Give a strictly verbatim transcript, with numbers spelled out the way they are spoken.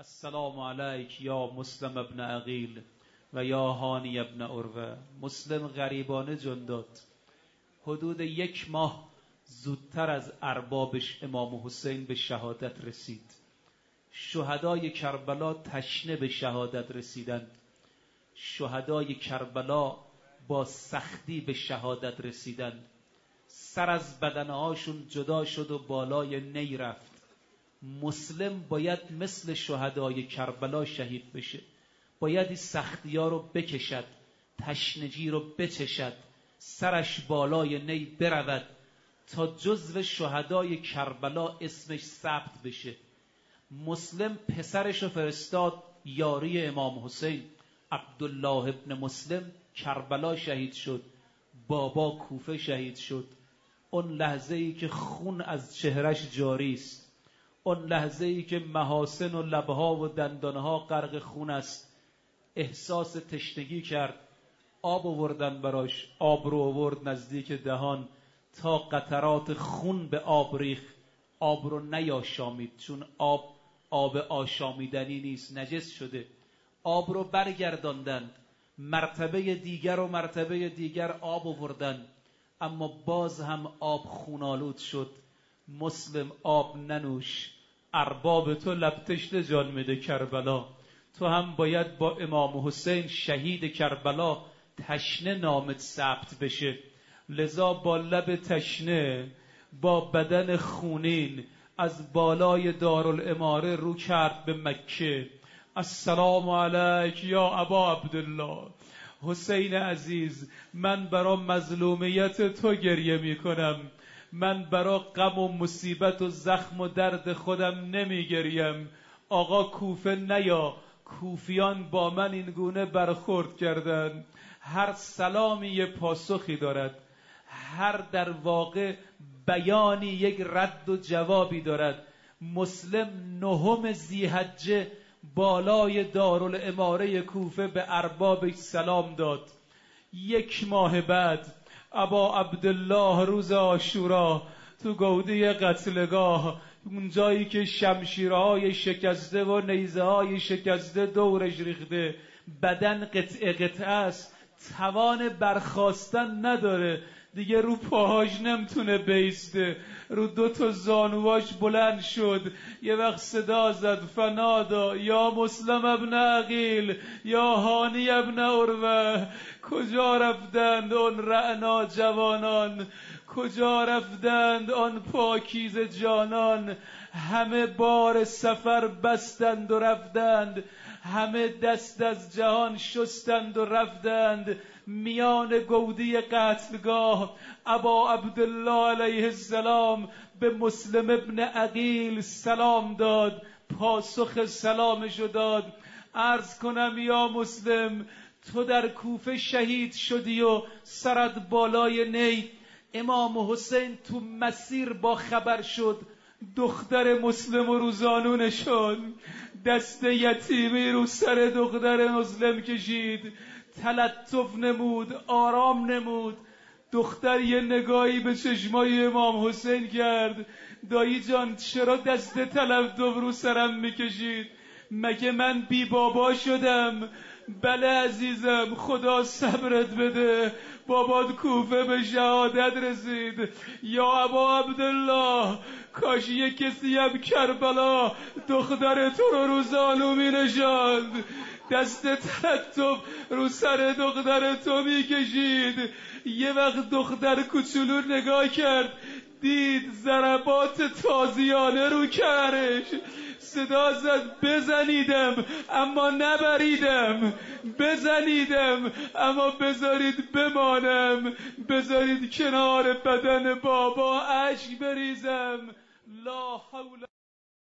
السلام علیک یا مسلم ابن عقیل و یا هانی ابن عروه. مسلم غریبانه جان داد. حدود یک ماه زودتر از اربابش امام حسین به شهادت رسید. شهدای کربلا تشنه به شهادت رسیدند. شهدای کربلا با سختی به شهادت رسیدند. سر از بدنهاشون جدا شد و بالای نی رفت. مسلم باید مثل شهدای کربلا شهید بشه. باید این سختی ها رو بکشد، تشنگی رو بچشد، سرش بالای نی برود تا جزو شهدای کربلا اسمش ثبت بشه. مسلم پسرش رو فرستاد یاری امام حسین. عبدالله ابن مسلم کربلا شهید شد، بابا کوفه شهید شد. اون لحظه ای که خون از چهرش جاری است، اون لحظه ای که محاسن و لبها و دندانها غرق خون است، احساس تشنگی کرد. آب آوردن براش، آب رو آورد نزدیک دهان تا قطرات خون به آب ریخت. آب رو نیاشامید چون آب آب آشامیدنی نیست، نجس شده. آب رو برگرداندند، مرتبه دیگر و مرتبه دیگر آب آوردند، اما باز هم آب خونالود شد. مسلم آب ننوش، ارباب تو لب تشنه جان میده کربلا. تو هم باید با امام حسین شهید کربلا تشنه نامت ثبت بشه. لذا با لب تشنه، با بدن خونین، از بالای دارالاماره رو کرد به مکه. السلام علیک یا ابا عبدالله. حسین عزیز، من برا مظلومیت تو گریه می کنم. من برا غم و مصیبت و زخم و درد خودم نمی گریم. آقا کوفه نیا، کوفیان با من این گونه برخورد کردند. هر سلامی یه پاسخی دارد، هر در واقع بیانی یک رد و جوابی دارد. مسلم نهم ذی‌حجه بالای دارالاماره کوفه به اربابش سلام داد. یک ماه بعد ابا عبدالله روز عاشورا تو گودی قتلگاه، اون جایی که شمشیرهای شکسته و نیزه های شکسته دورش ریخته، بدن قطعه قطعه است، توان برخاستن نداره دیگه، رو پاهاش نمتونه بیسته، رو دو تا زانواش بلند شد. یه وقت صدا زد فنادا یا مسلم ابن عقیل یا هانی ابن عروه. کجا رفتند آن رعنا جوانان؟ کجا رفتند آن پاکیزه جانان؟ همه بار سفر بستند و رفتند، همه دست از جهان شستند و رفتند. میان گودی قتلگاه ابا عبدالله علیه السلام به مسلم ابن عقیل سلام داد، پاسخ سلامشو داد. عرض کنم یا مسلم، تو در کوفه شهید شدی و سرت بالای نی. امام حسین تو مسیر با خبر شد، دختر مسلم رو زانو نشون، دست یتیمی رو سر دختر مسلم کشید، تلطف نمود، آرام نمود. دختر یه نگاهی به چشمای امام حسین کرد. دایی جان چرا دست تلطف رو سرم میکشید؟ مگه من بی بابا شدم؟ بله عزیزم، خدا صبرت بده، بابات کوفه به شهادت رسید. یا ابا عبدالله، کاش یک کسی هم کربلا دختر تو رو رو زانو می نشاند، دست تلطف رو سر دختر تو می کشید. یه وقت دختر کوچولو نگاه کرد، دید ضربات تازیانه رو کرش، صدا زد بزنیدم اما نبریدم، بزنیدم اما بذارید بمانم، بذارید کنار بدن بابا اشک بریزم. لا حول